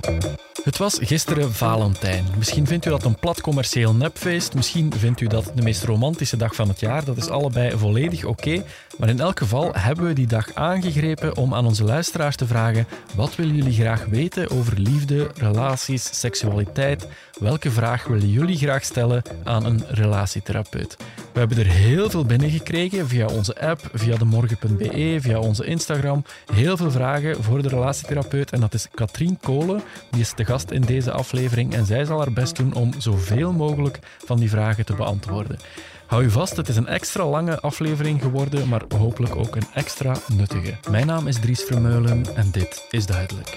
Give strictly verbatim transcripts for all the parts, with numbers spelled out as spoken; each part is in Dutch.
Het was gisteren Valentijn. Misschien vindt u dat een plat commercieel nepfeest. Misschien vindt u dat de meest romantische dag van het jaar. Dat is allebei volledig oké. Maar in elk geval hebben we die dag aangegrepen om aan onze luisteraars te vragen: wat willen jullie graag weten over liefde, relaties, seksualiteit? Welke vraag willen jullie graag stellen aan een relatietherapeut? We hebben er heel veel binnengekregen via onze app, via demorgen punt be, via onze Instagram. Heel veel vragen voor de relatietherapeut. En dat is Katrien Kolen. Die is de gast in deze aflevering en zij zal haar best doen om zoveel mogelijk van die vragen te beantwoorden. Hou u vast, het is een extra lange aflevering geworden, maar hopelijk ook een extra nuttige. Mijn naam is Dries Vermeulen en dit is Duidelijk.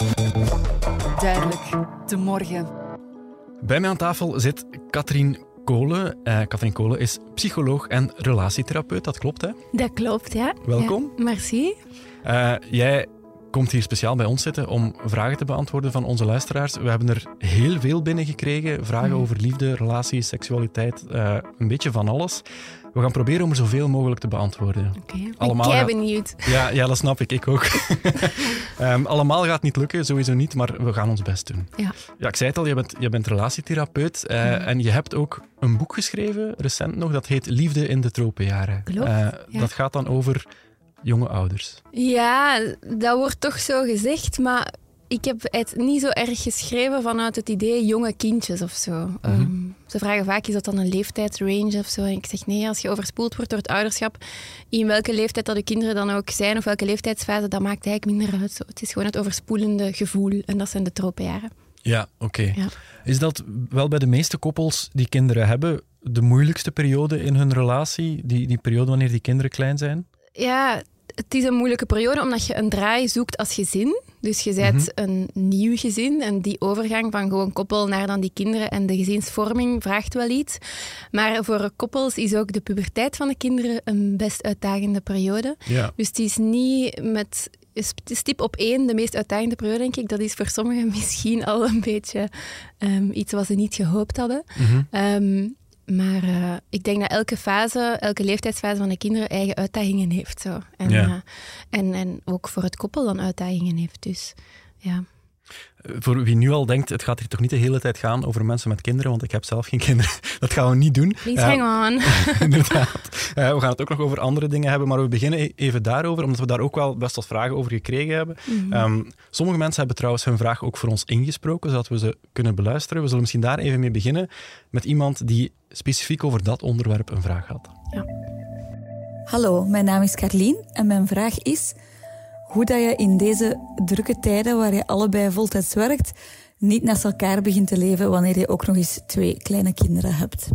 Duidelijk, de morgen. Bij mij aan tafel zit Katrien Kolen. Uh, Katrien Kolen is psycholoog en relatietherapeut, dat klopt hè? Dat klopt, ja. Welkom. Ja, merci. Uh, jij komt hier speciaal bij ons zitten om vragen te beantwoorden van onze luisteraars. We hebben er heel veel binnengekregen. Vragen mm. over liefde, relaties, seksualiteit, uh, een beetje van alles. We gaan proberen om er zoveel mogelijk te beantwoorden. Oké, okay. Ik ben benieuwd. Ja, ja, dat snap ik. Ik ook. um, allemaal gaat niet lukken, sowieso niet, maar we gaan ons best doen. Ja, ja ik zei het al, je bent, je bent relatietherapeut uh, mm. en je hebt ook een boek geschreven, recent nog, dat heet Liefde in de tropenjaren. Klopt, uh, ja. Dat gaat dan over jonge ouders. Ja, dat wordt toch zo gezegd, maar ik heb het niet zo erg geschreven vanuit het idee jonge kindjes of zo. Mm-hmm. Um, ze vragen vaak, is dat dan een leeftijdsrange of zo? En ik zeg nee, als je overspoeld wordt door het ouderschap, in welke leeftijd dat de kinderen dan ook zijn of welke leeftijdsfase, dat maakt eigenlijk minder uit. Zo. Het is gewoon het overspoelende gevoel en dat zijn de tropenjaren. Ja, oké. Okay. Ja. Is dat wel bij de meeste koppels die kinderen hebben de moeilijkste periode in hun relatie? Die, die periode wanneer die kinderen klein zijn? Ja, het is een moeilijke periode omdat je een draai zoekt als gezin. Dus je bent mm-hmm. een nieuw gezin en die overgang van gewoon koppel naar dan die kinderen en de gezinsvorming vraagt wel iets. Maar voor koppels is ook de puberteit van de kinderen een best uitdagende periode. Ja. Dus het is niet met stip op één de meest uitdagende periode, denk ik. Dat is voor sommigen misschien al een beetje um, iets wat ze niet gehoopt hadden. Mm-hmm. Um, Maar uh, ik denk dat elke fase, elke leeftijdsfase van de kinderen eigen uitdagingen heeft. Zo. En, ja. uh, en, en ook voor het koppel dan uitdagingen heeft. Dus, ja. Voor wie nu al denkt, het gaat hier toch niet de hele tijd gaan over mensen met kinderen, want ik heb zelf geen kinderen. Dat gaan we niet doen. Please uh, hang on. Inderdaad. Uh, we gaan het ook nog over andere dingen hebben, maar we beginnen even daarover, omdat we daar ook wel best wat vragen over gekregen hebben. Mm-hmm. Um, sommige mensen hebben trouwens hun vraag ook voor ons ingesproken, zodat we ze kunnen beluisteren. We zullen misschien daar even mee beginnen met iemand die specifiek over dat onderwerp een vraag had. Ja. Hallo, mijn naam is Carlien en mijn vraag is hoe dat je in deze drukke tijden waar je allebei voltijds werkt, niet naast elkaar begint te leven wanneer je ook nog eens twee kleine kinderen hebt.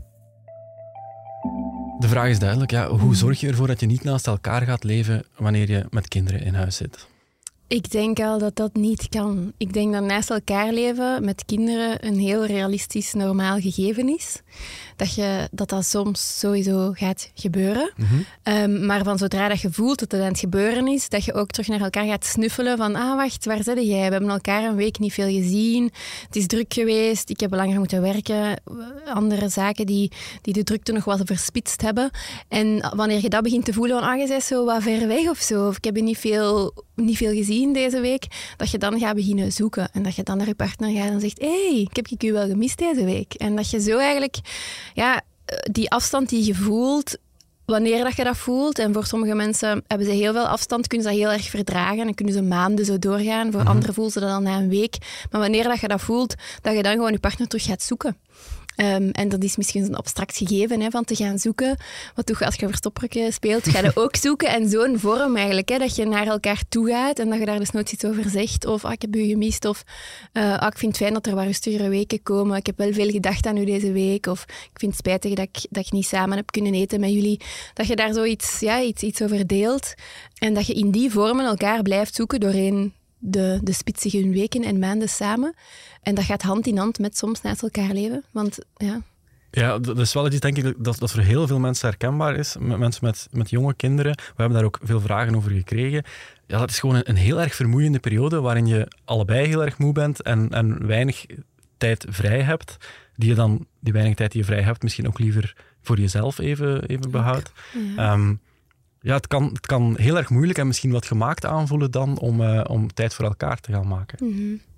De vraag is duidelijk. Ja, hoe zorg je ervoor dat je niet naast elkaar gaat leven wanneer je met kinderen in huis zit? Ik denk al dat dat niet kan. Ik denk dat naast elkaar leven met kinderen een heel realistisch, normaal gegeven is. Dat je, dat, dat soms sowieso gaat gebeuren. Mm-hmm. Um, maar van zodra dat je voelt dat het aan het gebeuren is, dat je ook terug naar elkaar gaat snuffelen van ah, wacht, waar zit jij? We hebben elkaar een week niet veel gezien. Het is druk geweest. Ik heb langer moeten werken. Andere zaken die, die de drukte nog wat verspitst hebben. En wanneer je dat begint te voelen van ah, je bent zo wat ver weg of zo. Of ik heb je niet veel, niet veel gezien deze week. Dat je dan gaat beginnen zoeken. En dat je dan naar je partner gaat en zegt hé, hey, ik heb ik u wel gemist deze week. En dat je zo eigenlijk ja, die afstand die je voelt, wanneer dat je dat voelt, en voor sommige mensen hebben ze heel veel afstand, kunnen ze dat heel erg verdragen en kunnen ze maanden zo doorgaan. Voor Mm-hmm. anderen voelen ze dat dan na een week. Maar wanneer dat je dat voelt, dat je dan gewoon je partner terug gaat zoeken. Um, en dat is misschien een abstract gegeven, hè, van te gaan zoeken. Wat doe je als je verstoppertje speelt? Ga je ook zoeken. En zo'n vorm eigenlijk, hè, dat je naar elkaar toe gaat en dat je daar dus nooit iets over zegt. Of ah, ik heb u gemist. Of uh, ah, ik vind het fijn dat er wat rustigere weken komen. Ik heb wel veel gedacht aan u deze week. Of ik vind het spijtig dat ik, dat ik niet samen heb kunnen eten met jullie. Dat je daar zoiets ja, iets, iets over deelt. En dat je in die vormen elkaar blijft zoeken doorheen de, de spitsige weken en maanden samen. En dat gaat hand in hand met soms naast elkaar leven. Want ja... Ja, dat is wel iets, denk ik, dat, dat voor heel veel mensen herkenbaar is. Met mensen met, met jonge kinderen. We hebben daar ook veel vragen over gekregen. Ja, dat is gewoon een, een heel erg vermoeiende periode waarin je allebei heel erg moe bent en, en weinig tijd vrij hebt. Die je dan, die weinig tijd die je vrij hebt, misschien ook liever voor jezelf even, even behoudt. Ja. Um, ja, het kan, het kan heel erg moeilijk en misschien wat gemaakt aanvoelen dan om, uh, om tijd voor elkaar te gaan maken. Mm-hmm.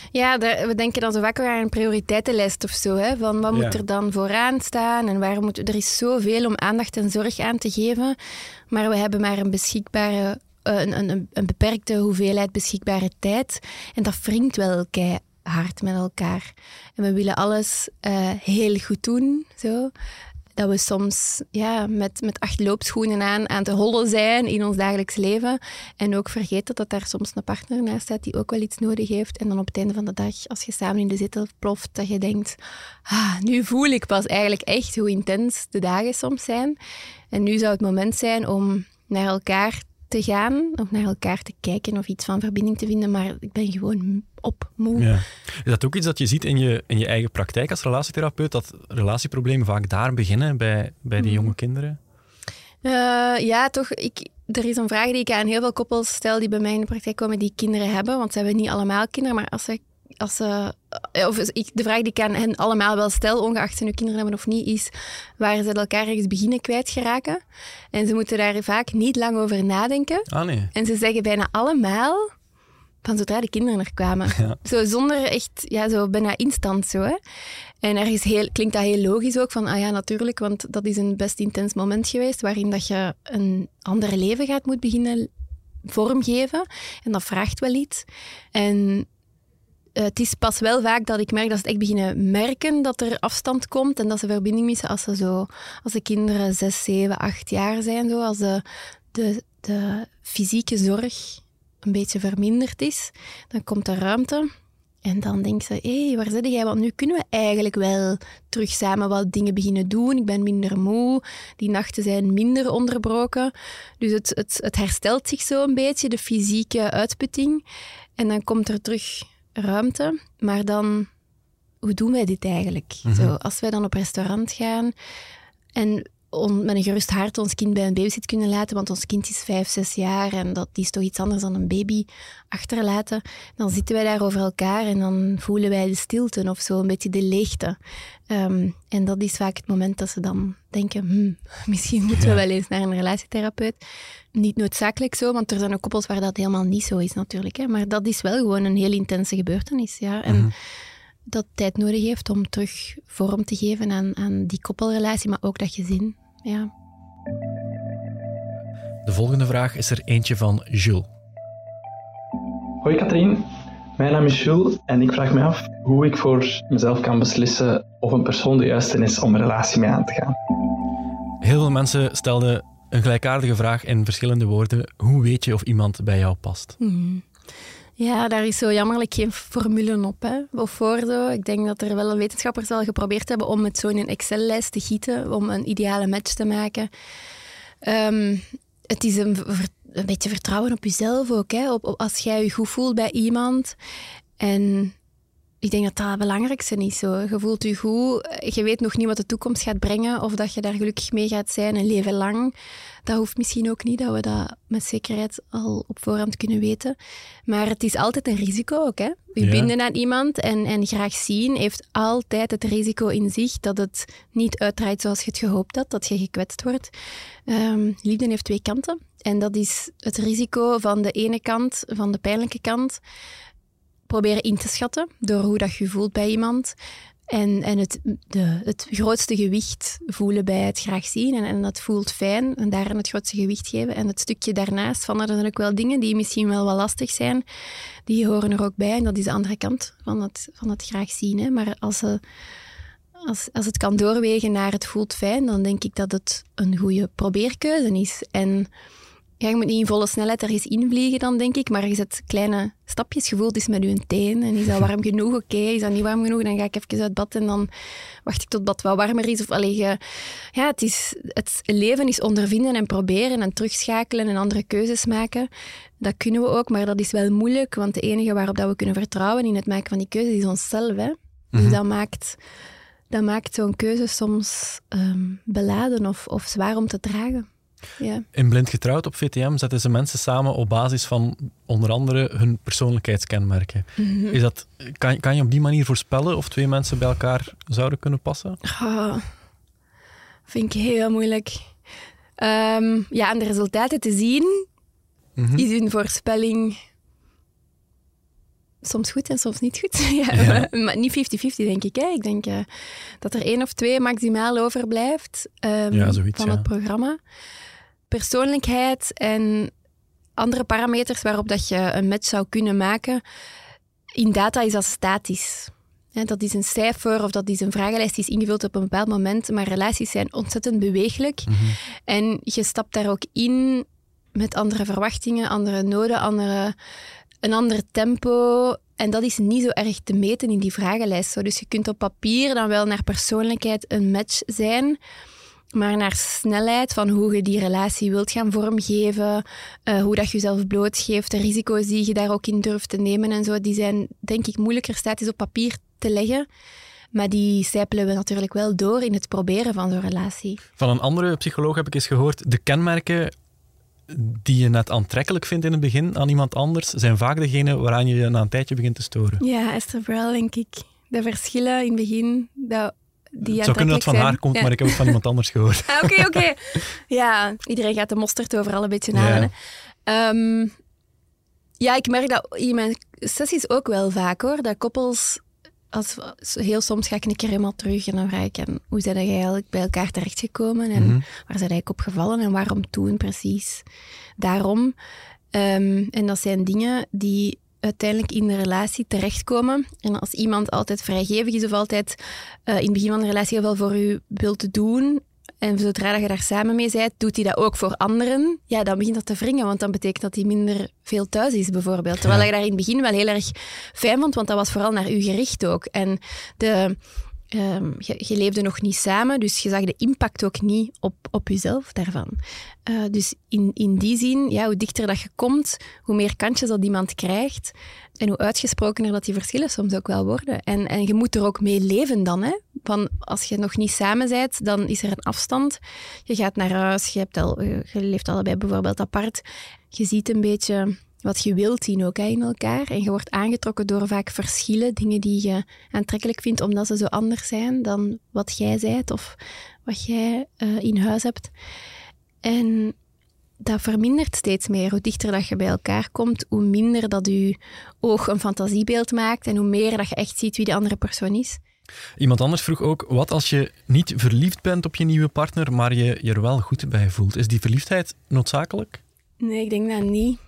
Ja, daar, we denken dan zo vaak weer aan een prioriteitenlijst of zo. Hè? Van wat Ja. moet er dan vooraan staan en waar moet... Er is zoveel om aandacht en zorg aan te geven, maar we hebben maar een beschikbare... Een, een, een beperkte hoeveelheid beschikbare tijd. En dat wringt wel keihard met elkaar. En we willen alles uh, heel goed doen, zo. Dat we soms ja, met, met acht loopschoenen aan aan te hollen zijn in ons dagelijks leven. En ook vergeten dat daar soms een partner naast staat die ook wel iets nodig heeft. En dan op het einde van de dag, als je samen in de zetel ploft, dat je denkt, ah, nu voel ik pas eigenlijk echt hoe intens de dagen soms zijn. En nu zou het moment zijn om naar elkaar te gaan, of naar elkaar te kijken of iets van verbinding te vinden, maar ik ben gewoon op, moe. Ja. Is dat ook iets dat je ziet in je, in je eigen praktijk als relatietherapeut, dat relatieproblemen vaak daar beginnen, bij, bij die jonge kinderen? Uh, ja, toch. Ik, er is een vraag die ik aan heel veel koppels stel die bij mij in de praktijk komen die kinderen hebben, want ze hebben niet allemaal kinderen, maar als ze... Als ze of ik, de vraag die ik aan hen allemaal wel stel, ongeacht ze nu kinderen hebben of niet, is waar ze elkaar ergens beginnen kwijtgeraken. En ze moeten daar vaak niet lang over nadenken. Ah, nee. En ze zeggen bijna allemaal van zodra de kinderen er kwamen. Ja. Zo zonder echt, ja, zo bijna instant zo. Hè. En ergens heel, klinkt dat heel logisch ook, van ah ja, natuurlijk, want dat is een best intens moment geweest waarin dat je een ander leven gaat moeten beginnen vormgeven. En dat vraagt wel iets. En Uh, het is pas wel vaak dat ik merk dat ze echt beginnen merken dat er afstand komt en dat ze verbinding missen als, ze zo, als de kinderen zes, zeven, acht jaar zijn. Zo, als de, de, de fysieke zorg een beetje verminderd is, dan komt er ruimte. En dan denkt ze, hé, hey, waar zit jij? Want nu kunnen we eigenlijk wel terug samen wat dingen beginnen doen. Ik ben minder moe, die nachten zijn minder onderbroken. Dus het, het, het herstelt zich zo een beetje, de fysieke uitputting. En dan komt er terug ruimte, maar dan, hoe doen wij dit eigenlijk? Mm-hmm. Zo, als wij dan op restaurant gaan en on, met een gerust hart ons kind bij een babysit kunnen laten, want ons kind is vijf, zes jaar en dat is toch iets anders dan een baby achterlaten, dan zitten wij daar over elkaar en dan voelen wij de stilte of zo, een beetje de leegte. Um, en dat is vaak het moment dat ze dan denken, hmm, misschien moeten we wel eens naar een relatietherapeut. Niet noodzakelijk zo, want er zijn ook koppels waar dat helemaal niet zo is natuurlijk. Hè. Maar dat is wel gewoon een heel intense gebeurtenis. Ja. En mm-hmm. dat tijd nodig heeft om terug vorm te geven aan, aan die koppelrelatie, maar ook dat gezin. Ja. De volgende vraag is er eentje van Jules. Hoi Katrien, mijn naam is Jules en ik vraag me af hoe ik voor mezelf kan beslissen of een persoon de juiste is om een relatie mee aan te gaan. Heel veel mensen stelden een gelijkaardige vraag in verschillende woorden. Hoe weet je of iemand bij jou past? Hmm. Ja, daar is zo jammerlijk geen formule op, hè, of voor zo. Ik denk dat er wel wetenschappers al geprobeerd hebben om het zo in een Excel-lijst te gieten, om een ideale match te maken. Um, het is een, een beetje vertrouwen op jezelf ook, hè, op, op als jij je goed voelt bij iemand. En ik denk dat dat het belangrijkste is. Zo. Je voelt je goed, je weet nog niet wat de toekomst gaat brengen of dat je daar gelukkig mee gaat zijn een leven lang. Dat hoeft misschien ook niet, dat we dat met zekerheid al op voorhand kunnen weten. Maar het is altijd een risico ook. Hè? Je ja. binden aan iemand en, en graag zien heeft altijd het risico in zich dat het niet uitdraait zoals je het gehoopt had, dat je gekwetst wordt. Um, liefde heeft twee kanten. En dat is het risico van de ene kant, van de pijnlijke kant, proberen in te schatten door hoe dat je voelt bij iemand. En, en het, de, het grootste gewicht voelen bij het graag zien. En, en dat voelt fijn. En daar het grootste gewicht geven. En het stukje daarnaast van, er zijn ook wel dingen die misschien wel wat lastig zijn. Die horen er ook bij. En dat is de andere kant van het, van het graag zien. Hè. Maar als, ze, als, als het kan doorwegen naar het voelt fijn, dan denk ik dat het een goede probeerkeuze is. En ja, je moet niet in volle snelheid ergens invliegen dan, denk ik, maar je zet kleine stapjes. Je voelt eens met je teen en is dat warm genoeg? Oké, okay. Is dat niet warm genoeg? Dan ga ik even uit bad en dan wacht ik tot het bad wat warmer is. Of, allee, je, ja, het, is, het leven is ondervinden en proberen en terugschakelen en andere keuzes maken. Dat kunnen we ook, maar dat is wel moeilijk, want de enige waarop dat we kunnen vertrouwen in het maken van die keuzes is onszelf. Hè? Dus mm-hmm. dat maakt, dat maakt zo'n keuze soms um, beladen of, of zwaar om te dragen. Ja. In Blind Getrouwd op V T M zetten ze mensen samen op basis van onder andere hun persoonlijkheidskenmerken. Mm-hmm. Is dat, kan, kan je op die manier voorspellen of twee mensen bij elkaar zouden kunnen passen? Oh, vind ik heel moeilijk. Um, ja, aan de resultaten te zien, mm-hmm. is hun voorspelling soms goed en soms niet goed. ja, Ja. Maar, maar niet vijftig vijftig, denk ik. Hè. Ik denk uh, dat er één of twee maximaal overblijft um, Ja, zoiets, van ja. het programma. Persoonlijkheid en andere parameters waarop dat je een match zou kunnen maken. In data is dat statisch. Hè, dat is een cijfer of dat is een vragenlijst die is ingevuld op een bepaald moment. Maar relaties zijn ontzettend beweeglijk. Mm-hmm. En je stapt daar ook in met andere verwachtingen, andere noden, andere, een ander tempo. En dat is niet zo erg te meten in die vragenlijst. Zo. Dus je kunt op papier dan wel naar persoonlijkheid een match zijn, maar naar snelheid van hoe je die relatie wilt gaan vormgeven, uh, hoe dat je jezelf blootgeeft, de risico's die je daar ook in durft te nemen en zo, die zijn denk ik moeilijker statisch op papier te leggen. Maar die sijpelen we natuurlijk wel door in het proberen van zo'n relatie. Van een andere psycholoog heb ik eens gehoord, de kenmerken die je net aantrekkelijk vindt in het begin aan iemand anders, zijn vaak degene waaraan je je na een tijdje begint te storen. Ja, Esther Perel, denk ik. De verschillen in het begin, dat, die Het zou kunnen dat het van zijn. haar komt, Ja. maar ik heb het van iemand anders gehoord. Ah, Oké, oké. Okay. Ja, iedereen gaat de mosterd overal een beetje halen. Ja. Um, ja, ik merk dat in mijn sessies ook wel vaak, hoor. Dat koppels... Als, heel soms ga ik een keer helemaal terug en dan vraag ik en hoe zijn jij eigenlijk bij elkaar terechtgekomen en Mm-hmm. waar zijn eigenlijk op gevallen en waarom toen precies. Daarom. Um, en dat zijn dingen die uiteindelijk in de relatie terechtkomen. En als iemand altijd vrijgevig is of altijd uh, in het begin van de relatie heel veel voor u wilt doen en zodra dat je daar samen mee bent, doet hij dat ook voor anderen, ja, dan begint dat te wringen, want dan betekent dat hij minder veel thuis is, bijvoorbeeld. Terwijl Ja. je daar in het begin wel heel erg fijn vond, want dat was vooral naar u gericht ook. En de, um, je, je leefde nog niet samen, dus je zag de impact ook niet op, op jezelf daarvan. Uh, dus in, in die zin, ja, hoe dichter dat je komt, hoe meer kantjes dat iemand krijgt en hoe uitgesprokener dat die verschillen soms ook wel worden. En, en je moet er ook mee leven dan, hè. Van als je nog niet samen bent, dan is er een afstand. Je gaat naar huis, je, hebt al, je leeft allebei bijvoorbeeld apart. Je ziet een beetje wat je wilt zien ook, hè, in elkaar. En je wordt aangetrokken door vaak verschillen, dingen die je aantrekkelijk vindt omdat ze zo anders zijn dan wat jij zijt of wat jij uh, in huis hebt. En dat vermindert steeds meer. Hoe dichter dat je bij elkaar komt, hoe minder dat je oog een fantasiebeeld maakt en hoe meer dat je echt ziet wie de andere persoon is. Iemand anders vroeg ook, wat als je niet verliefd bent op je nieuwe partner, maar je je er wel goed bij voelt? Is die verliefdheid noodzakelijk? Nee, ik denk dat niet.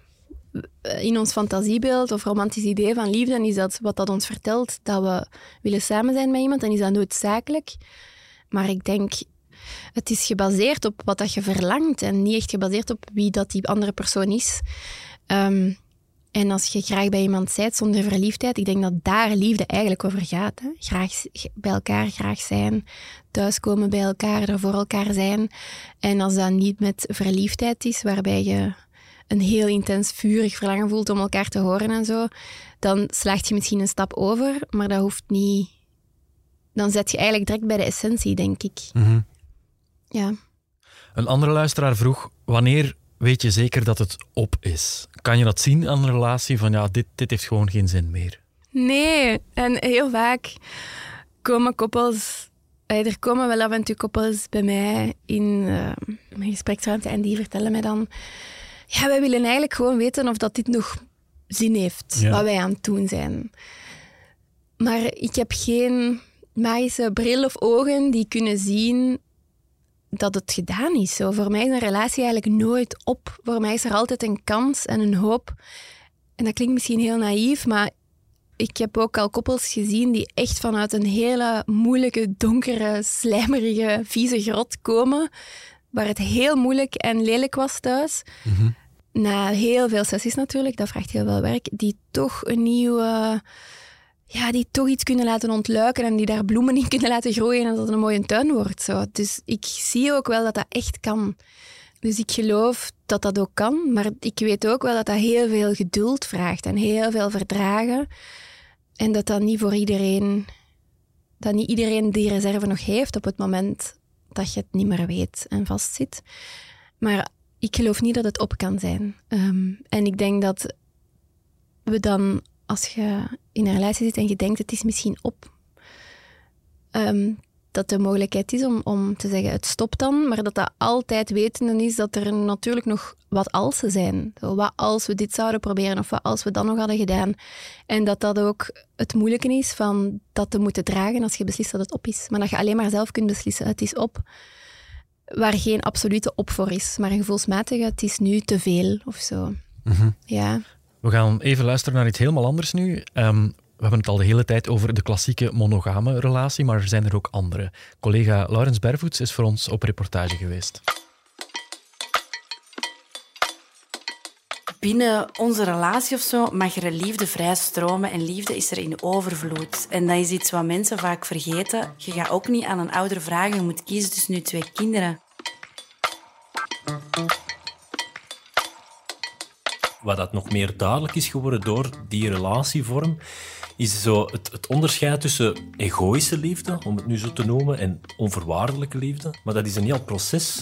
In ons fantasiebeeld of romantisch idee van liefde is dat wat dat ons vertelt, dat we willen samen zijn met iemand, dan is dat noodzakelijk. Maar ik denk, het is gebaseerd op wat dat je verlangt en niet echt gebaseerd op wie dat die andere persoon is. Um, En als je graag bij iemand bent zonder verliefdheid, ik denk dat daar liefde eigenlijk over gaat. Hè? Graag bij elkaar graag zijn, thuiskomen bij elkaar, er voor elkaar zijn. En als dat niet met verliefdheid is, waarbij je een heel intens vurig verlangen voelt om elkaar te horen en zo, dan slaagt je misschien een stap over, maar dat hoeft niet... Dan zet je eigenlijk direct bij de essentie, denk ik. Mm-hmm. Ja. Een andere luisteraar vroeg, wanneer weet je zeker dat het op is? Kan je dat zien aan een relatie van ja, dit, dit heeft gewoon geen zin meer? Nee, en heel vaak komen koppels... Er komen wel af en toe koppels bij mij in uh, mijn gespreksruimte en die vertellen mij dan... Ja, wij willen eigenlijk gewoon weten of dat dit nog zin heeft, ja. Wat wij aan het doen zijn. Maar ik heb geen magische bril of ogen die kunnen zien dat het gedaan is. Zo, voor mij is een relatie eigenlijk nooit op. Voor mij is er altijd een kans en een hoop. En dat klinkt misschien heel naïef, maar ik heb ook al koppels gezien die echt vanuit een hele moeilijke, donkere, slijmerige, vieze grot komen, waar het heel moeilijk en lelijk was thuis. Mm-hmm. Na heel veel sessies natuurlijk, dat vraagt heel veel werk, die toch een nieuwe... Ja, die toch iets kunnen laten ontluiken en die daar bloemen in kunnen laten groeien en dat het een mooie tuin wordt. Zo. Dus ik zie ook wel dat dat echt kan. Dus ik geloof dat dat ook kan, maar ik weet ook wel dat dat heel veel geduld vraagt en heel veel verdragen. En dat dat niet voor iedereen, dat niet iedereen die reserve nog heeft op het moment dat je het niet meer weet en vastzit. Maar ik geloof niet dat het op kan zijn. Um, en ik denk dat we dan, als je in een relatie zit en je denkt het is misschien op, um, dat de mogelijkheid is om, om te zeggen het stopt dan, maar dat dat altijd wetende is dat er natuurlijk nog wat als ze zijn. Zo, wat als we dit zouden proberen of wat als we dat nog hadden gedaan. En dat dat ook het moeilijke is van dat te moeten dragen als je beslist dat het op is. Maar dat je alleen maar zelf kunt beslissen, het is op. Waar geen absolute op voor is, maar een gevoelsmatige, het is nu te veel of zo. Mm-hmm. Ja. We gaan even luisteren naar iets helemaal anders nu. Um, we hebben het al de hele tijd over de klassieke monogame relatie, maar er zijn er ook andere. Collega Laurens Bervoets is voor ons op reportage geweest. Binnen onze relatie of zo mag er liefde vrij stromen en liefde is er in overvloed. En dat is iets wat mensen vaak vergeten. Je gaat ook niet aan een ouder vragen, je moet kiezen tussen nu twee kinderen. Wat dat nog meer duidelijk is geworden door die relatievorm, is zo het, het onderscheid tussen egoïsche liefde, om het nu zo te noemen, en onvoorwaardelijke liefde. Maar dat is een heel proces.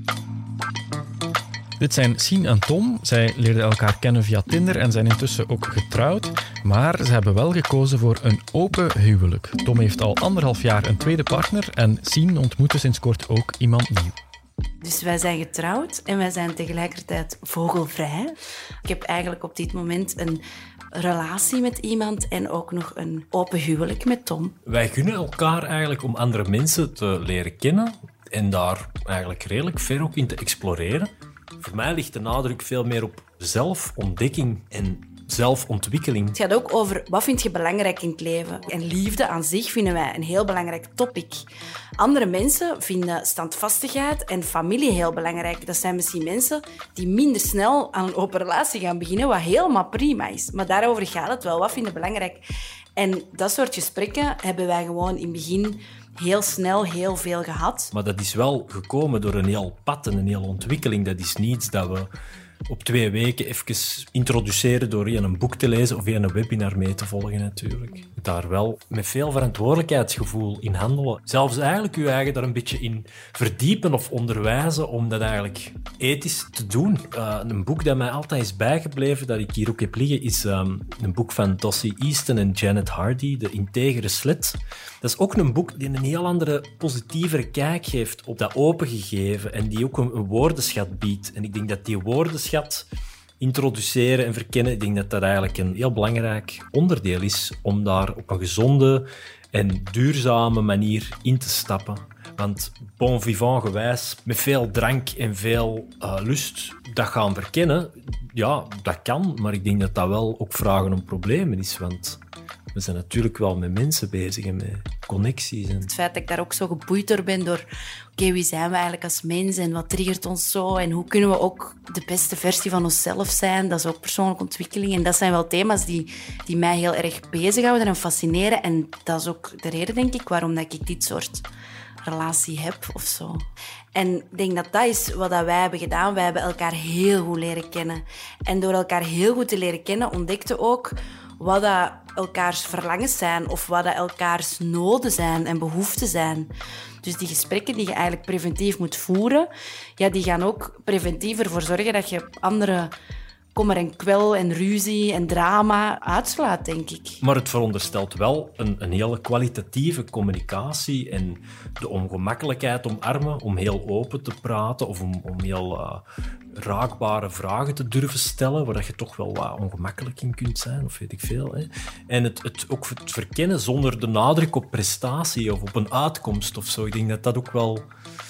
Dit zijn Sien en Tom. Zij leerden elkaar kennen via Tinder en zijn intussen ook getrouwd. Maar ze hebben wel gekozen voor een open huwelijk. Tom heeft al anderhalf jaar een tweede partner en Sien ontmoette sinds kort ook iemand nieuw. Dus wij zijn getrouwd en wij zijn tegelijkertijd vogelvrij. Ik heb eigenlijk op dit moment een relatie met iemand en ook nog een open huwelijk met Tom. Wij gunnen elkaar eigenlijk om andere mensen te leren kennen en daar eigenlijk redelijk ver ook in te exploreren. Voor mij ligt de nadruk veel meer op zelfontdekking en zelfontwikkeling. Het gaat ook over wat vind je belangrijk in het leven. En liefde aan zich vinden wij een heel belangrijk topic. Andere mensen vinden standvastigheid en familie heel belangrijk. Dat zijn misschien mensen die minder snel aan een open relatie gaan beginnen, wat helemaal prima is. Maar daarover gaat het wel. Wat vinden belangrijk? En dat soort gesprekken hebben wij gewoon in het begin heel snel heel veel gehad. Maar dat is wel gekomen door een heel pad en een hele ontwikkeling. Dat is niets dat we op twee weken even introduceren door hier een boek te lezen of hier een webinar mee te volgen natuurlijk. Daar wel met veel verantwoordelijkheidsgevoel in handelen. Zelfs eigenlijk je eigen daar een beetje in verdiepen of onderwijzen om dat eigenlijk ethisch te doen. Uh, een boek dat mij altijd is bijgebleven, dat ik hier ook heb liggen, is um, een boek van Dossie Easton en Janet Hardy, De Integere Slet. Dat is ook een boek die een heel andere, positievere kijk geeft op dat opengegeven en die ook een, een woordenschat biedt. En ik denk dat die woordenschat introduceren en verkennen, ik denk dat dat eigenlijk een heel belangrijk onderdeel is om daar op een gezonde en duurzame manier in te stappen. Want bon vivant gewijs, met veel drank en veel uh, lust, dat gaan verkennen, ja, dat kan. Maar ik denk dat dat wel ook vragen om problemen is, want we zijn natuurlijk wel met mensen bezig en met connecties. En het feit dat ik daar ook zo geboeid door ben, door oké, okay, wie zijn we eigenlijk als mens en wat triggert ons zo en hoe kunnen we ook de beste versie van onszelf zijn, dat is ook persoonlijke ontwikkeling. En dat zijn wel thema's die, die mij heel erg bezighouden en fascineren. En dat is ook de reden, denk ik, waarom dat ik dit soort relatie heb of zo. En ik denk dat dat is wat wij hebben gedaan. Wij hebben elkaar heel goed leren kennen. En door elkaar heel goed te leren kennen, ontdekte ook wat dat elkaars verlangens zijn of wat dat elkaars noden zijn en behoeften zijn. Dus die gesprekken die je eigenlijk preventief moet voeren, ja, die gaan ook preventief ervoor zorgen dat je andere kommer en kwel en ruzie en drama uitslaat, denk ik. Maar het veronderstelt wel een, een hele kwalitatieve communicatie en de ongemakkelijkheid omarmen om heel open te praten of om, om heel uh, raakbare vragen te durven stellen, waar je toch wel wat ongemakkelijk in kunt zijn, of weet ik veel. Hè. En het, het, ook het verkennen zonder de nadruk op prestatie of op een uitkomst of zo. Ik denk dat dat ook wel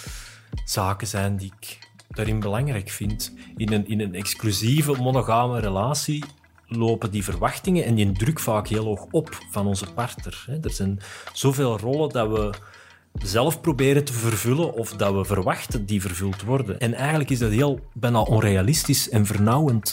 zaken zijn die ik daarin belangrijk vind. In een, in een exclusieve, monogame relatie lopen die verwachtingen en die druk vaak heel hoog op van onze partner. Er zijn zoveel rollen dat we zelf proberen te vervullen of dat we verwachten die vervuld worden. En eigenlijk is dat heel bijna onrealistisch en vernauwend.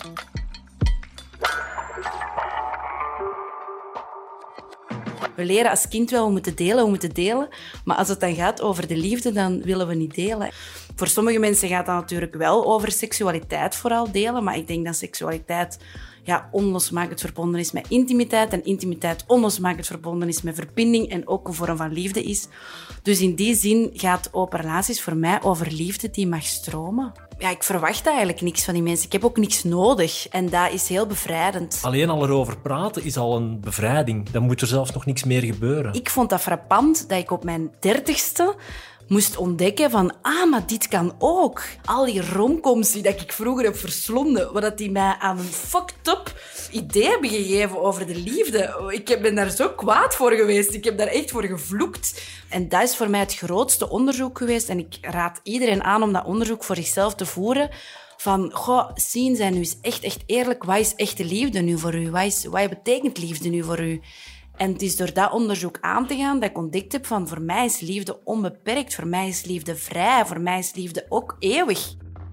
We leren als kind wel, we moeten delen, we moeten delen. Maar als het dan gaat over de liefde, dan willen we niet delen. Voor sommige mensen gaat dat natuurlijk wel over seksualiteit vooral delen. Maar ik denk dat seksualiteit ja, onlosmakelijk verbonden is met intimiteit. En intimiteit onlosmakelijk verbonden is met verbinding en ook een vorm van liefde is. Dus in die zin gaat open relaties voor mij over liefde die mag stromen. Ja, ik verwacht eigenlijk niks van die mensen. Ik heb ook niks nodig. En dat is heel bevrijdend. Alleen al erover praten is al een bevrijding. Dan moet er zelfs nog niks meer gebeuren. Ik vond dat frappant dat ik op mijn dertigste moest ontdekken van, ah, maar dit kan ook. Al die romcoms die dat ik vroeger heb verslonden, waar dat die mij aan een fucked up idee hebben gegeven over de liefde. Ik ben daar zo kwaad voor geweest. Ik heb daar echt voor gevloekt. En dat is voor mij het grootste onderzoek geweest. En ik raad iedereen aan om dat onderzoek voor zichzelf te voeren. Van, goh, zien zij nu eens echt, echt eerlijk. Wat is echte liefde nu voor u? Wat, is, wat betekent liefde nu voor u? En het is door dat onderzoek aan te gaan dat ik ontdekt heb van, voor mij is liefde onbeperkt. Voor mij is liefde vrij. Voor mij is liefde ook eeuwig.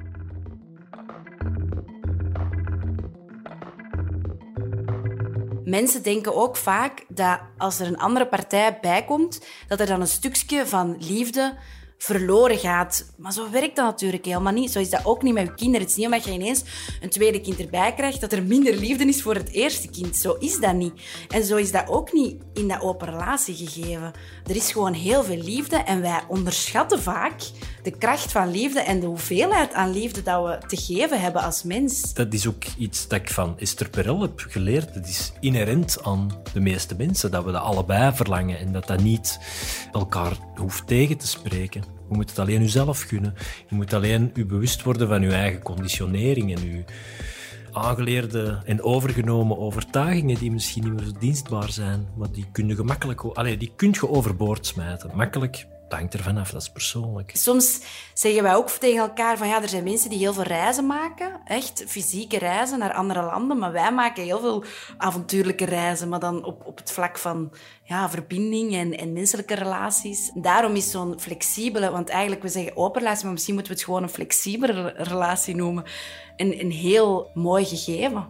Mensen denken ook vaak dat als er een andere partij bijkomt, dat er dan een stukje van liefde verloren gaat. Maar zo werkt dat natuurlijk helemaal niet. Zo is dat ook niet met je kinderen. Het is niet omdat je ineens een tweede kind erbij krijgt dat er minder liefde is voor het eerste kind. Zo is dat niet. En zo is dat ook niet in dat open relatie gegeven. Er is gewoon heel veel liefde en wij onderschatten vaak de kracht van liefde en de hoeveelheid aan liefde dat we te geven hebben als mens. Dat is ook iets dat ik van Esther Perel heb geleerd. Het is inherent aan de meeste mensen dat we dat allebei verlangen en dat dat niet elkaar hoeft tegen te spreken. Je moet het alleen jezelf gunnen. Je moet alleen je bewust worden van je eigen conditionering en je aangeleerde en overgenomen overtuigingen die misschien niet meer zo dienstbaar zijn, maar die kun je gemakkelijk, allee, die kun je overboord smijten. Makkelijk. Dat hangt ervan af, dat is persoonlijk. Soms zeggen wij ook tegen elkaar van ja, er zijn mensen die heel veel reizen maken, echt fysieke reizen naar andere landen, maar wij maken heel veel avontuurlijke reizen, maar dan op, op het vlak van ja, verbinding en, en menselijke relaties. Daarom is zo'n flexibele, want eigenlijk we zeggen open relatie, maar misschien moeten we het gewoon een flexibele relatie noemen, een, een heel mooi gegeven.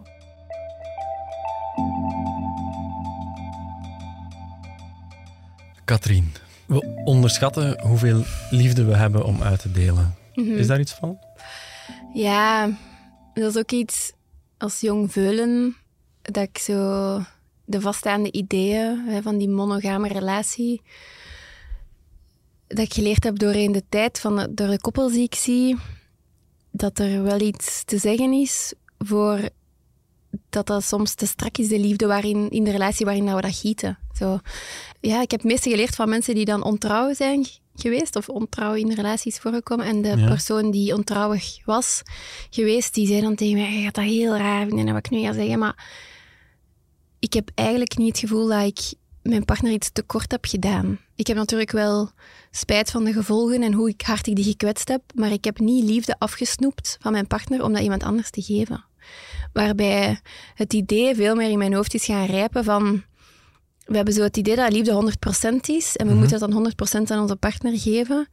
Katrien, we onderschatten hoeveel liefde we hebben om uit te delen. Mm-hmm. Is daar iets van? Ja, dat is ook iets als jong veulen dat ik zo de vaststaande ideeën hè, van die monogame relatie dat ik geleerd heb doorheen de tijd, van de, door de koppels die ik zie, dat er wel iets te zeggen is voor dat dat soms te strak is, de liefde waarin, in de relatie waarin we dat gieten. Zo. Ja, ik heb het meeste geleerd van mensen die dan ontrouw zijn geweest of ontrouw in relaties voorgekomen. En de ja. persoon die ontrouwig was geweest, die zei dan tegen mij, je gaat dat heel raar vinden en wat ik nu ga zeggen, maar ik heb eigenlijk niet het gevoel dat ik mijn partner iets tekort heb gedaan. Ik heb natuurlijk wel spijt van de gevolgen en hoe ik hard ik die gekwetst heb, maar ik heb niet liefde afgesnoept van mijn partner om dat iemand anders te geven. Waarbij het idee veel meer in mijn hoofd is gaan rijpen van, we hebben zo het idee dat liefde honderd procent is en we mm-hmm. moeten dat dan honderd procent aan onze partner geven.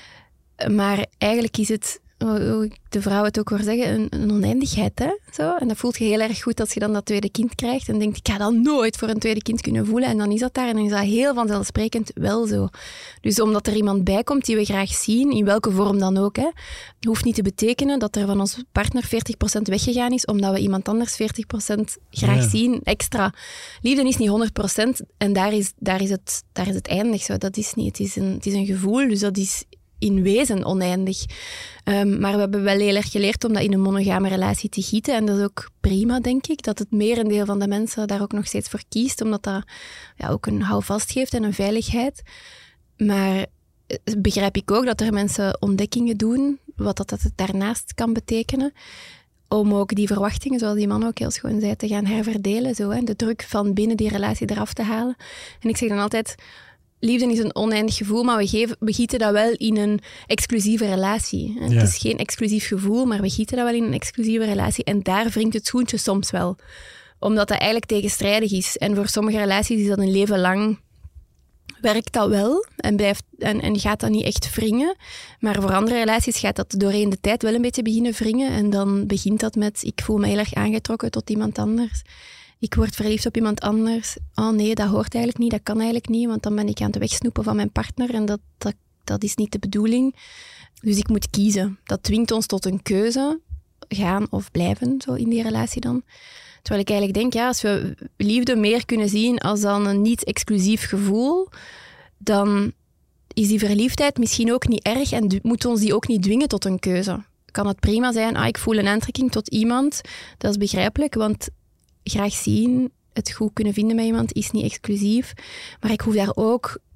Maar eigenlijk is het, hoe de vrouw het ook hoor zeggen, een, een oneindigheid. Hè? Zo. En dat voelt je heel erg goed als je dan dat tweede kind krijgt en denkt, ik ga dat nooit voor een tweede kind kunnen voelen. En dan is dat daar en dan is dat heel vanzelfsprekend wel zo. Dus omdat er iemand bij komt die we graag zien, in welke vorm dan ook, hè, hoeft niet te betekenen dat er van onze partner veertig procent weggegaan is, omdat we iemand anders veertig procent graag ja. zien, extra. Liefde is niet honderd procent en daar is, daar is, het, daar is het eindig. Zo. Dat is niet. Het is, een, het is een gevoel, dus dat is in wezen oneindig. Um, maar we hebben wel heel erg geleerd om dat in een monogame relatie te gieten. En dat is ook prima, denk ik. Dat het merendeel van de mensen daar ook nog steeds voor kiest. Omdat dat ja, ook een houvast geeft en een veiligheid. Maar begrijp ik ook dat er mensen ontdekkingen doen. Wat dat, dat het daarnaast kan betekenen. Om ook die verwachtingen, zoals die man ook heel schoon zei, te gaan herverdelen. Zo, hè, de druk van binnen die relatie eraf te halen. En ik zeg dan altijd, liefde is een oneindig gevoel, maar we, geven, we gieten dat wel in een exclusieve relatie. Ja. Het is geen exclusief gevoel, maar we gieten dat wel in een exclusieve relatie. En daar wringt het schoentje soms wel. Omdat dat eigenlijk tegenstrijdig is. En voor sommige relaties is dat een leven lang, werkt dat wel en, blijft, en, en gaat dat niet echt wringen. Maar voor andere relaties gaat dat doorheen de tijd wel een beetje beginnen wringen. En dan begint dat met, ik voel me heel erg aangetrokken tot iemand anders. Ik word verliefd op iemand anders. Oh nee, dat hoort eigenlijk niet, dat kan eigenlijk niet, want dan ben ik aan het wegsnoepen van mijn partner en dat, dat, dat is niet de bedoeling. Dus ik moet kiezen. Dat dwingt ons tot een keuze, gaan of blijven zo in die relatie dan. Terwijl ik eigenlijk denk, ja, als we liefde meer kunnen zien als dan een niet-exclusief gevoel, dan is die verliefdheid misschien ook niet erg en d- moet ons die ook niet dwingen tot een keuze. Kan het prima zijn, ah, ik voel een aantrekking tot iemand, dat is begrijpelijk, want graag zien, het goed kunnen vinden met iemand is niet exclusief. Maar ik hoef daar ook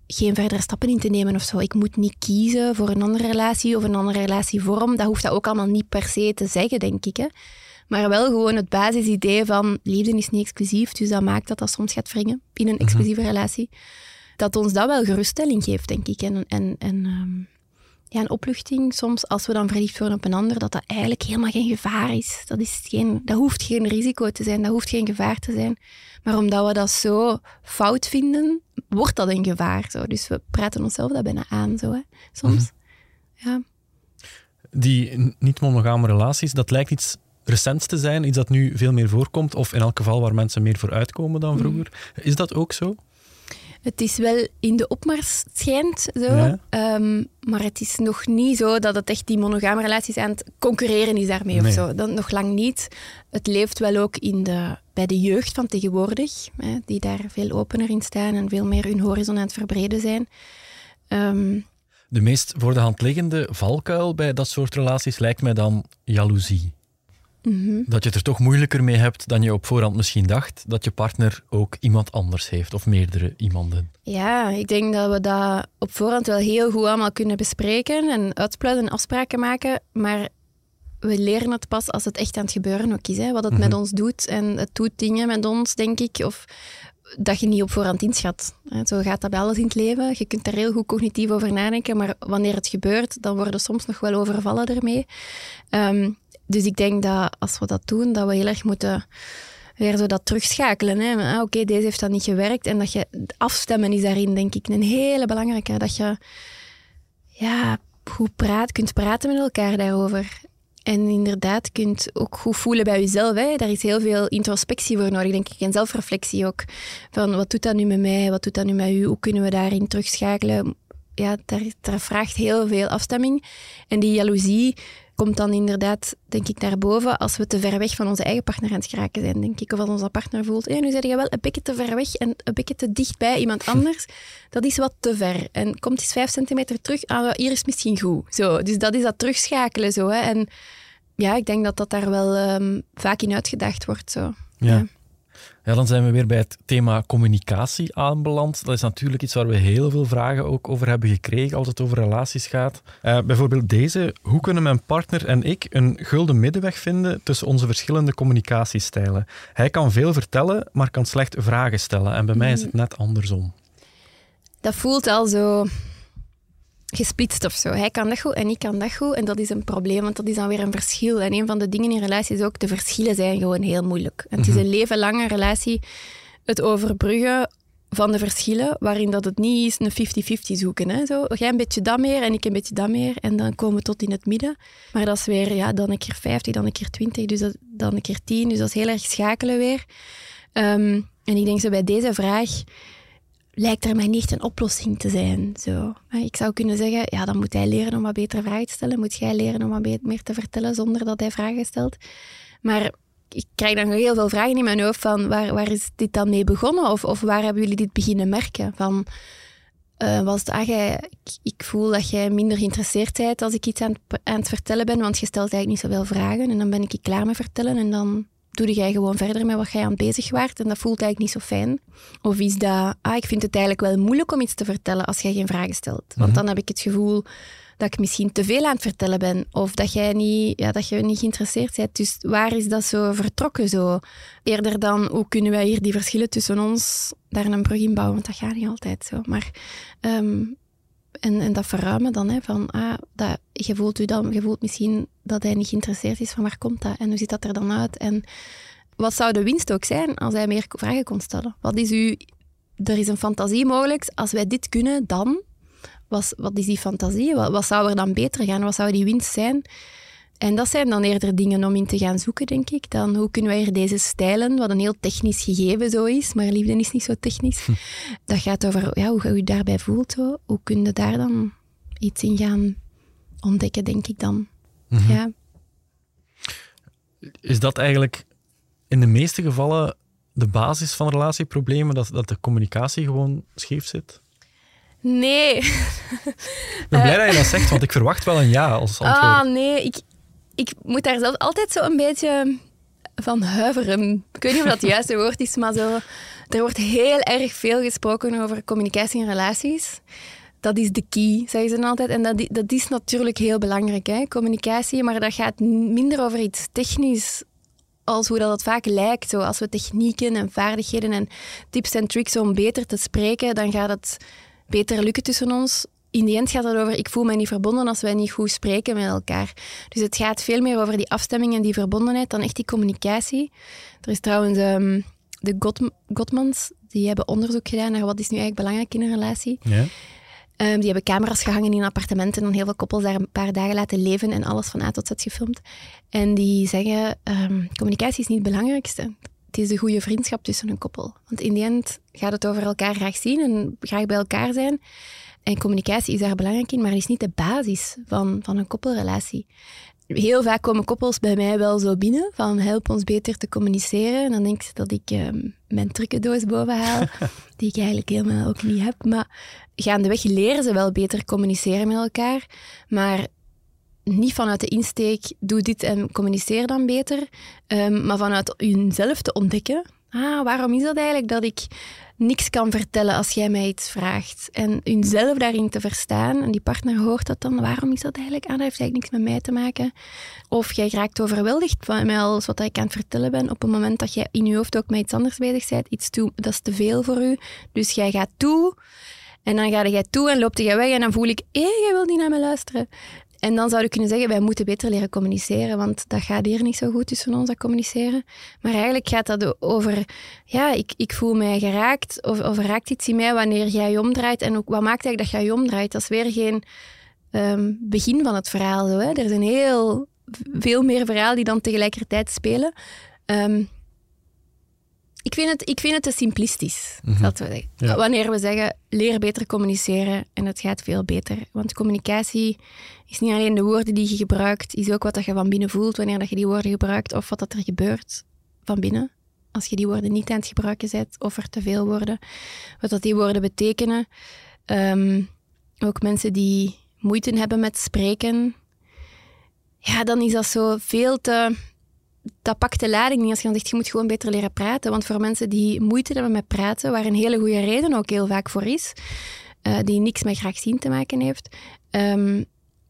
geen verdere stappen in te nemen of zo. Ik moet niet kiezen voor een andere relatie of een andere relatievorm. Dat hoeft dat ook allemaal niet per se te zeggen, denk ik. Hè. Maar wel gewoon het basisidee van liefde is niet exclusief, dus dat maakt dat dat soms gaat wringen in een exclusieve mm-hmm. relatie. Dat ons dat wel geruststelling geeft, denk ik. En, en, en um, ja, een opluchting soms, als we dan verliefd worden op een ander, dat dat eigenlijk helemaal geen gevaar is. Dat, is geen, dat hoeft geen risico te zijn, dat hoeft geen gevaar te zijn. Maar omdat we dat zo fout vinden, wordt dat een gevaar. Zo. Dus we praten onszelf dat bijna aan, zo, hè, soms. Mm-hmm. Ja. Die niet-monogame relaties, dat lijkt iets recents te zijn, iets dat nu veel meer voorkomt, of in elk geval waar mensen meer voor uitkomen dan vroeger. Mm. Is dat ook zo? Het is wel in de opmars schijnt, zo. Ja. Um, maar het is nog niet zo dat het echt die monogame relaties aan het concurreren is daarmee. Nee. Of zo. Dat nog lang niet. Het leeft wel ook in de, bij de jeugd van tegenwoordig, hè, die daar veel opener in staan en veel meer hun horizon aan het verbreden zijn. Um, de meest voor de hand liggende valkuil bij dat soort relaties lijkt mij dan jaloezie. Mm-hmm. Dat je het er toch moeilijker mee hebt dan je op voorhand misschien dacht, dat je partner ook iemand anders heeft, of meerdere iemanden. Ja, ik denk dat we dat op voorhand wel heel goed allemaal kunnen bespreken en uitspluiten en afspraken maken, maar we leren het pas als het echt aan het gebeuren ook is, hè, wat het mm-hmm. met ons doet. En het doet dingen met ons, denk ik, of dat je niet op voorhand inschat. Zo gaat dat bij alles in het leven. Je kunt daar heel goed cognitief over nadenken, maar wanneer het gebeurt, dan worden we soms nog wel overvallen ermee. Um, Dus ik denk dat als we dat doen, dat we heel erg moeten weer zo dat terugschakelen. Hè. Ah, Oké, okay, deze heeft dat niet gewerkt. En dat je afstemmen is daarin, denk ik, een hele belangrijke. Dat je ja, goed praat, kunt praten met elkaar daarover. En inderdaad kunt ook goed voelen bij jezelf. Hè. Daar is heel veel introspectie voor nodig, denk ik. En zelfreflectie ook. Van wat doet dat nu met mij? Wat doet dat nu met u? Hoe kunnen we daarin terugschakelen? Ja, daar, daar vraagt heel veel afstemming. En die jaloezie komt dan inderdaad, denk ik, naar boven als we te ver weg van onze eigen partner aan het geraken zijn, denk ik. Of als onze partner voelt, hey, nu ben je wel een beetje te ver weg en een beetje te dicht bij iemand anders. Dat is wat te ver. En komt eens vijf centimeter terug, ah, hier is misschien goed. Zo, dus dat is dat terugschakelen. Zo, hè. En ja, ik denk dat dat daar wel um, vaak in uitgedacht wordt. Zo. Ja. Ja. Ja, dan zijn we weer bij het thema communicatie aanbeland. Dat is natuurlijk iets waar we heel veel vragen ook over hebben gekregen als het over relaties gaat. Uh, bijvoorbeeld deze. Hoe kunnen mijn partner en ik een gulden middenweg vinden tussen onze verschillende communicatiestijlen? Hij kan veel vertellen, maar kan slecht vragen stellen. En bij mij is het net andersom. Dat voelt al zo gesplitst of zo. Hij kan dat goed en ik kan dat goed. En dat is een probleem, want dat is dan weer een verschil. En een van de dingen in relaties is ook, de verschillen zijn gewoon heel moeilijk. En het is een leven lange relatie, het overbruggen van de verschillen, waarin dat het niet is een vijftig-vijftig zoeken. Hè. Zo, jij een beetje dat meer en ik een beetje dat meer. En dan komen we tot in het midden. Maar dat is weer, ja, dan een keer vijftig, dan een keer twintig, dus dat, dan een keer tien. Dus dat is heel erg schakelen weer. Um, en ik denk zo bij deze vraag lijkt er mij niet echt een oplossing te zijn. Zo. Ik zou kunnen zeggen, ja, dan moet hij leren om wat betere vragen te stellen. Moet jij leren om wat meer te vertellen zonder dat hij vragen stelt. Maar ik krijg dan heel veel vragen in mijn hoofd van waar, waar is dit dan mee begonnen? Of, of waar hebben jullie dit beginnen merken? Van, uh, was het, ah, jij, ik, ik voel dat jij minder geïnteresseerd bent als ik iets aan het, aan het vertellen ben, want je stelt eigenlijk niet zoveel vragen. En dan ben ik klaar met vertellen en dan doe jij gewoon verder met wat jij aan het bezig waart en dat voelt eigenlijk niet zo fijn. Of is dat, ah, ik vind het eigenlijk wel moeilijk om iets te vertellen als jij geen vragen stelt. Want mm-hmm. dan heb ik het gevoel dat ik misschien te veel aan het vertellen ben. Of dat jij niet, ja, dat je niet geïnteresseerd bent. Dus waar is dat zo vertrokken zo? Eerder dan, hoe kunnen wij hier die verschillen tussen ons daar een brug in bouwen? Want dat gaat niet altijd zo. Maar, um, en, en dat verruimen dan, hè, van, ah, dat, je, voelt u dan, je voelt misschien dat hij niet geïnteresseerd is, van waar komt dat? En hoe ziet dat er dan uit? En wat zou de winst ook zijn als hij meer vragen kon stellen? Wat is u, er is een fantasie mogelijk. Als wij dit kunnen, dan... Wat, wat is die fantasie? Wat, wat zou er dan beter gaan? Wat zou die winst zijn? En dat zijn dan eerder dingen om in te gaan zoeken, denk ik. Dan hoe kunnen wij hier deze stijlen, wat een heel technisch gegeven zo is, maar liefde is niet zo technisch. Hm. Dat gaat over ja, hoe je je daarbij voelt. Zo. Hoe kun je daar dan iets in gaan ontdekken, denk ik dan. Mm-hmm. Ja. Is dat eigenlijk in de meeste gevallen de basis van relatieproblemen, dat, dat de communicatie gewoon scheef zit? Nee. Ik ben blij uh, dat je dat zegt, want ik verwacht wel een ja als antwoord. Ah, nee. Ik, ik moet daar zelf altijd zo een beetje van huiveren. Ik weet niet of dat het juiste woord is, maar zo... Er wordt heel erg veel gesproken over communicatie in relaties. Dat is de key, zeggen ze dan altijd. En dat, dat is natuurlijk heel belangrijk, hè, communicatie. Maar dat gaat minder over iets technisch als hoe dat het vaak lijkt. Zo, als we technieken en vaardigheden en tips en tricks om beter te spreken, dan gaat het beter lukken tussen ons. In die end gaat het over, ik voel mij niet verbonden als wij niet goed spreken met elkaar. Dus het gaat veel meer over die afstemming en die verbondenheid dan echt die communicatie. Er is trouwens um, de God- Gottmans, die hebben onderzoek gedaan naar wat is nu eigenlijk belangrijk in een relatie. Ja. Um, die hebben camera's gehangen in appartementen en dan heel veel koppels daar een paar dagen laten leven en alles van A tot Z gefilmd. En die zeggen, um, communicatie is niet het belangrijkste. Het is de goede vriendschap tussen een koppel. Want in die end gaat het over elkaar graag zien en graag bij elkaar zijn. En communicatie is daar belangrijk in, maar het is niet de basis van, van een koppelrelatie. Heel vaak komen koppels bij mij wel zo binnen, van help ons beter te communiceren. En dan denk ik dat ik um, mijn trucendoos boven haal, die ik eigenlijk helemaal ook niet heb. Maar gaandeweg leren ze wel beter communiceren met elkaar, maar niet vanuit de insteek, doe dit en communiceer dan beter, um, maar vanuit hunzelf te ontdekken. Ah, waarom is dat eigenlijk dat ik niks kan vertellen als jij mij iets vraagt? En hunzelf daarin te verstaan, en die partner hoort dat dan, waarom is dat eigenlijk? Ah, dat heeft eigenlijk niks met mij te maken. Of jij raakt overweldigd van alles wat ik aan het vertellen ben, op het moment dat jij in je hoofd ook met iets anders bezig bent, iets toe, dat is te veel voor u. Dus jij gaat toe, en dan ga jij toe en loopt jij weg, en dan voel ik, hé, jij wil niet naar me luisteren. En dan zou ik kunnen zeggen, wij moeten beter leren communiceren, want dat gaat hier niet zo goed tussen ons, dat communiceren. Maar eigenlijk gaat dat over, ja, ik, ik voel mij geraakt, of, of raakt iets in mij wanneer jij je omdraait. En ook, wat maakt eigenlijk dat jij je omdraait? Dat is weer geen um, begin van het verhaal. Zo, hè? Er zijn heel veel meer verhalen die dan tegelijkertijd spelen. Um, Ik vind, het, ik vind het te simplistisch, mm-hmm. dat we zeggen. Ja. Wanneer we zeggen, leer beter communiceren en het gaat veel beter. Want communicatie is niet alleen de woorden die je gebruikt, is ook wat je van binnen voelt wanneer je die woorden gebruikt of wat er gebeurt van binnen. Als je die woorden niet aan het gebruiken bent of er te veel worden. Wat dat die woorden betekenen. Um, ook mensen die moeite hebben met spreken. Ja, dan is dat zo veel te... Dat pakt de lading niet als je dan zegt, je moet gewoon beter leren praten. Want voor mensen die moeite hebben met praten, waar een hele goede reden ook heel vaak voor is, uh, die niks met graag zien te maken heeft, um,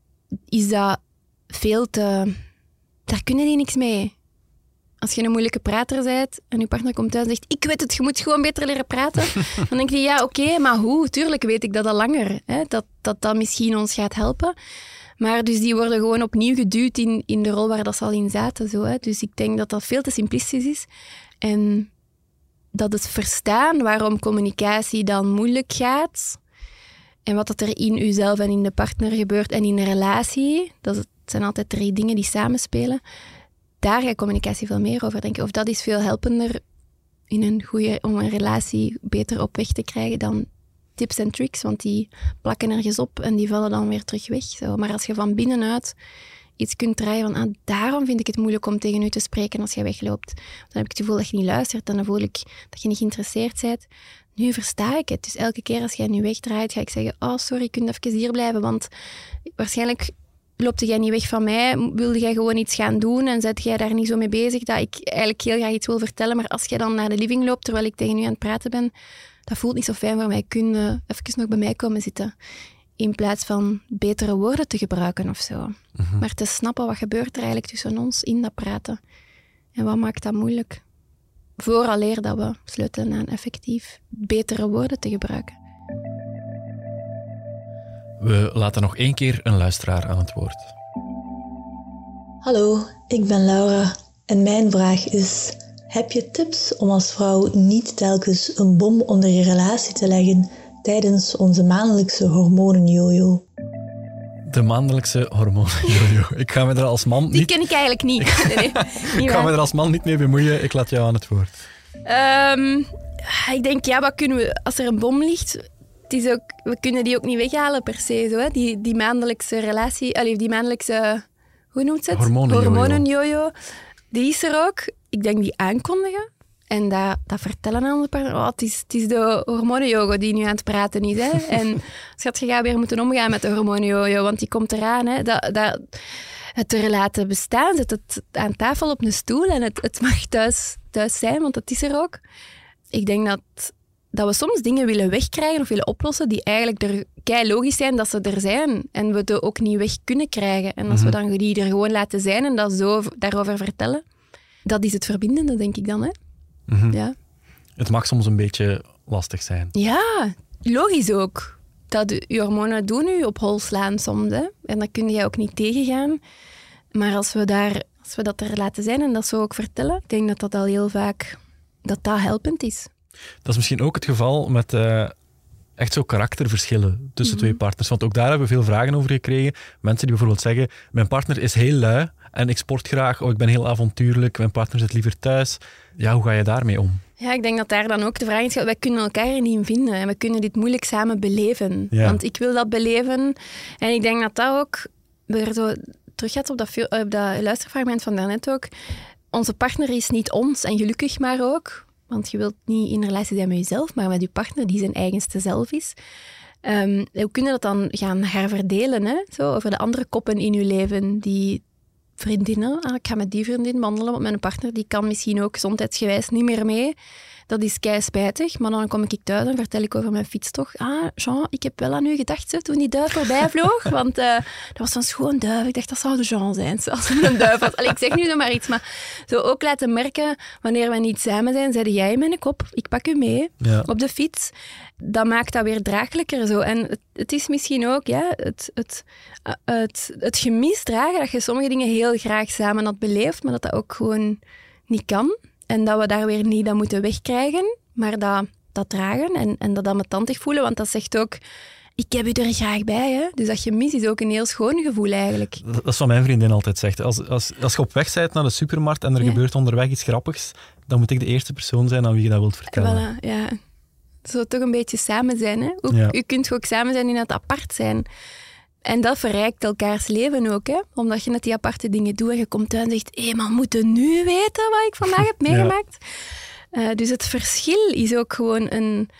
is dat veel te... Daar kunnen die niks mee. Als je een moeilijke prater bent en je partner komt thuis en zegt, ik weet het, je moet gewoon beter leren praten. Dan denk je, ja, oké, okay, maar hoe? Tuurlijk weet ik dat al langer. Hè? Dat, dat dat misschien ons gaat helpen. Maar dus die worden gewoon opnieuw geduwd in, in de rol waar dat ze al in zaten. Zo, hè. Dus ik denk dat dat veel te simplistisch is. En dat het verstaan waarom communicatie dan moeilijk gaat en wat dat er in uzelf en in de partner gebeurt en in de relatie, dat zijn altijd drie dingen die samenspelen, daar gaat communicatie veel meer over denken. Of dat is veel helpender in een goede, om een relatie beter op weg te krijgen dan tips en tricks, want die plakken ergens op en die vallen dan weer terug weg. Zo. Maar als je van binnenuit iets kunt draaien van, ah, daarom vind ik het moeilijk om tegen u te spreken als je wegloopt. Dan heb ik het gevoel dat je niet luistert en dan voel ik dat je niet geïnteresseerd bent. Nu versta ik het. Dus elke keer als jij nu wegdraait, ga ik zeggen, oh sorry, je kunt even hier blijven, want waarschijnlijk loopte jij niet weg van mij, wilde jij gewoon iets gaan doen en zet jij daar niet zo mee bezig dat ik eigenlijk heel graag iets wil vertellen, maar als jij dan naar de living loopt terwijl ik tegen u aan het praten ben, dat voelt niet zo fijn voor mij. Kun je even nog bij mij komen zitten in plaats van betere woorden te gebruiken of zo. Mm-hmm. Maar te snappen wat gebeurt er eigenlijk tussen ons in dat praten en wat maakt dat moeilijk. Vooraleer dat we sleutelen aan effectief betere woorden te gebruiken. We laten nog één keer een luisteraar aan het woord. Hallo, ik ben Laura en mijn vraag is: heb je tips om als vrouw niet telkens een bom onder je relatie te leggen tijdens onze maandelijkse hormonen-jojo? De maandelijkse hormonen-jojo. Ik ga me er als man niet... Die ken ik eigenlijk niet. Nee, nee, niet ik ga me er als man niet mee bemoeien. Ik laat jou aan het woord. Um, ik denk, ja, wat kunnen we... Als er een bom ligt... Het is ook, we kunnen die ook niet weghalen per se. Zo, hè? Die, die maandelijkse relatie... Allee, die maandelijkse... Hoe noemt het? Hormonen-jojo. Hormonen-jojo. Die is er ook. Ik denk die aankondigen. En dat, dat vertellen aan de partner. Oh, het, is, het is de hormonenjojo die nu aan het praten is. Hè? En schat, je gaat weer moeten omgaan met de hormonenjojo, want die komt eraan. Hè? Dat, dat, het er laten bestaan, zet het aan tafel op een stoel en het, het mag thuis, thuis zijn, want dat is er ook. Ik denk dat, dat we soms dingen willen wegkrijgen of willen oplossen die eigenlijk er kei logisch zijn dat ze er zijn. En we het ook niet weg kunnen krijgen. En als mm-hmm. we dan die er gewoon laten zijn en dat zo daarover vertellen, dat is het verbindende, denk ik dan. Hè? Mm-hmm. Ja. Het mag soms een beetje lastig zijn. Ja, logisch ook. Dat je hormonen doen u op hol slaan soms. Hè? En dat kun je ook niet tegengaan. Maar als we, daar, als we dat er laten zijn en dat zo ook vertellen, ik denk dat dat al heel vaak dat dat helpend is. Dat is misschien ook het geval met uh, echt zo karakterverschillen tussen mm-hmm. twee partners. Want ook daar hebben we veel vragen over gekregen. Mensen die bijvoorbeeld zeggen, mijn partner is heel lui en ik sport graag, of ik ben heel avontuurlijk, mijn partner zit liever thuis. Ja, hoe ga je daarmee om? Ja, ik denk dat daar dan ook de vraag is, wij kunnen elkaar er niet in vinden en we kunnen dit moeilijk samen beleven. Ja. Want ik wil dat beleven en ik denk dat dat ook weer zo terug gaat op dat, op dat luisterfragment van daarnet ook. Onze partner is niet ons en gelukkig maar ook. Want je wilt niet in relatie zijn met jezelf, maar met je partner die zijn eigenste zelf is. Um, hoe kun je dat dan gaan herverdelen? Hè? Zo, over de andere koppen in je leven. Die vriendinnen, ah, ik ga met die vriendin wandelen, want mijn partner die kan misschien ook gezondheidsgewijs niet meer mee. Dat is kei spijtig, maar dan kom ik thuis en vertel ik over mijn fietstocht. Ah, Jean, ik heb wel aan u gedacht zo, toen die duif voorbij vloog, want uh, dat was zo'n schoon duif. Ik dacht, dat zou de Jean zijn, zoals een duif was. Allee, ik zeg nu nog maar iets, maar zo ook laten merken, wanneer we niet samen zijn, zeiden jij in mijn kop, ik pak u mee ja. op de fiets. Dat maakt dat weer draaglijker zo. En het, het is misschien ook ja, het, het, het, het gemis dragen, dat je sommige dingen heel graag samen had beleefd, maar dat dat ook gewoon niet kan. En dat we daar weer niet dat moeten wegkrijgen, maar dat, dat dragen en, en dat ambetantig voelen. Want dat zegt ook, ik heb u er graag bij. Hè? Dus dat gemis is ook een heel schoon gevoel eigenlijk. Dat is wat mijn vriendin altijd zegt. Als, als, als je op weg bent naar de supermarkt en er ja. gebeurt onderweg iets grappigs, dan moet ik de eerste persoon zijn aan wie je dat wilt vertellen. Voilà, ja. Zo toch een beetje samen zijn. Hè? Ook, ja. Je kunt ook samen zijn in het apart zijn. En dat verrijkt elkaars leven ook, hè? Omdat je net die aparte dingen doet en je komt thuis en zegt, hé, maar moeten nu weten wat ik vandaag heb meegemaakt? Ja. Uh, dus het verschil is ook gewoon een...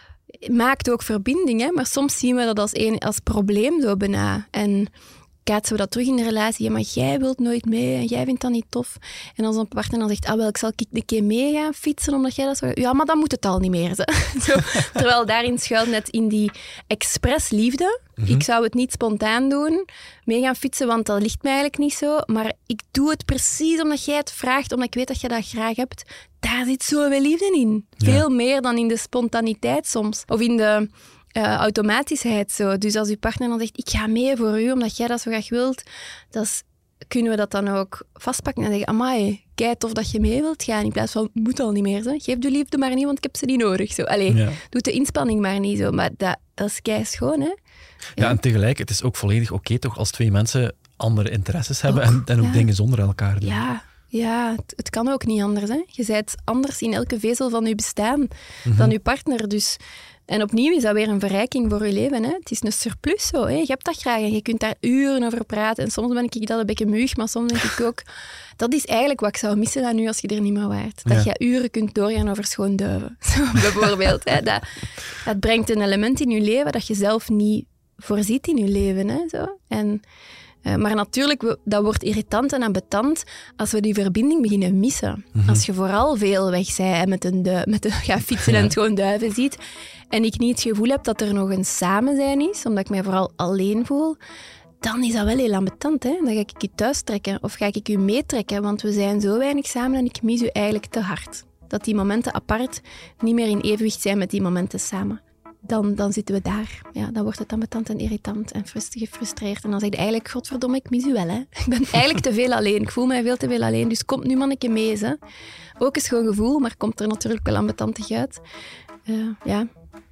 maakt ook verbinding, hè? Maar soms zien we dat als, een, als probleem zo bijna. En kaatsen we dat terug in de relatie. Ja, maar jij wilt nooit mee en jij vindt dat niet tof. En als een partner dan zegt, ah wel, ik zal een keer mee gaan fietsen omdat jij dat zo... Ja, maar dan moet het al niet meer. Zo. Terwijl daarin schuilt net in die expres liefde. Mm-hmm. Ik zou het niet spontaan doen, mee gaan fietsen, want dat ligt mij eigenlijk niet zo. Maar ik doe het precies omdat jij het vraagt, omdat ik weet dat je dat graag hebt. Daar zit zoveel liefde in. Ja. Veel meer dan in de spontaniteit soms. Of in de... Uh, automatischheid zo. Dus als je partner dan zegt, ik ga mee voor u, omdat jij dat zo graag wilt, dan kunnen we dat dan ook vastpakken en zeggen, amai, kei tof dat je mee wilt gaan, in plaats van, moet al niet meer. Zo. Geef de liefde maar niet, want ik heb ze niet nodig. Zo. Allee, ja. Doe de inspanning maar niet zo. Maar dat, dat is kei schoon, hè. Ja. Ja, en tegelijk, het is ook volledig oké okay, toch, als twee mensen andere interesses hebben och, en, en ook ja. dingen zonder elkaar doen. Ja. Ja, het, het kan ook niet anders. Hè. Je bent anders in elke vezel van je bestaan mm-hmm. dan je partner. Dus, en opnieuw is dat weer een verrijking voor je leven. Hè. Het is een surplus zo. Hè. Je hebt dat graag en je kunt daar uren over praten. En soms ben ik dat een beetje muug, maar soms denk ik ook... Dat is eigenlijk wat ik zou missen aan nu als je er niet meer waart. Dat ja. je uren kunt doorgaan over schoon duiven. Zo, bijvoorbeeld. Hè. Dat, dat brengt een element in je leven dat je zelf niet voorziet in je leven. Hè. Zo. En... Uh, maar natuurlijk, dat wordt irritant en ambetant als we die verbinding beginnen missen. Mm-hmm. Als je vooral veel weg bent en met een, du- met een gaan fietsen en het gewoon duiven ziet en ik niet het gevoel heb dat er nog een samen zijn is, omdat ik mij vooral alleen voel, dan is dat wel heel ambetant. Hè? Dan ga ik je thuis trekken of ga ik je meetrekken, want we zijn zo weinig samen en ik mis u eigenlijk te hard. Dat die momenten apart niet meer in evenwicht zijn met die momenten samen. Dan, dan zitten we daar. Ja, dan wordt het ambetant en irritant en gefrustreerd. En dan zeg je eigenlijk, godverdomme, ik mis u wel. Hè. Ik ben eigenlijk te veel alleen. Ik voel mij veel te veel alleen. Dus kom nu manneke mee. Hè. Ook een schoon gevoel, maar komt er natuurlijk wel ambetantig uit. Uh, ja.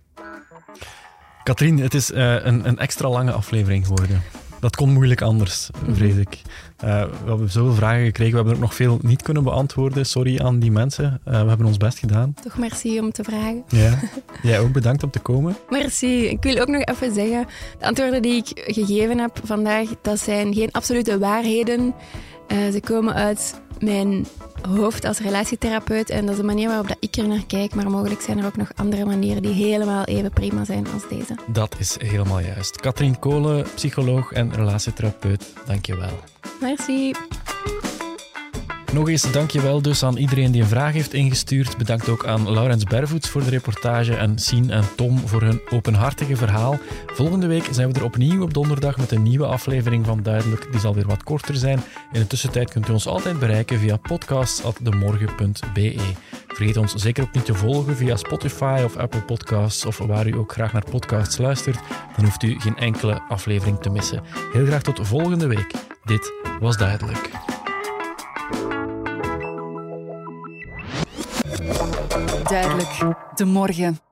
Katrien, het is uh, een, een extra lange aflevering geworden. Dat kon moeilijk anders, vrees ik. Uh, we hebben zoveel vragen gekregen. We hebben er nog veel niet kunnen beantwoorden. Sorry aan die mensen. Uh, we hebben ons best gedaan. Toch merci om te vragen. Ja. Jij ook bedankt om te komen. Merci. Ik wil ook nog even zeggen, de antwoorden die ik gegeven heb vandaag, dat zijn geen absolute waarheden. Uh, ze komen uit mijn hoofd als relatietherapeut en dat is de manier waarop dat ik er naar kijk, maar mogelijk zijn er ook nog andere manieren die helemaal even prima zijn als deze. Dat is helemaal juist. Katrien Kolen, psycholoog en relatietherapeut, dank je wel. Merci. Nog eens dankjewel dus aan iedereen die een vraag heeft ingestuurd. Bedankt ook aan Laurens Bervoets voor de reportage en Sien en Tom voor hun openhartige verhaal. Volgende week zijn we er opnieuw op donderdag met een nieuwe aflevering van Duidelijk. Die zal weer wat korter zijn. In de tussentijd kunt u ons altijd bereiken via podcasts at demorgen punt be. Vergeet ons zeker ook niet te volgen via Spotify of Apple Podcasts of waar u ook graag naar podcasts luistert. Dan hoeft u geen enkele aflevering te missen. Heel graag tot volgende week. Dit was Duidelijk. Duidelijk, de morgen.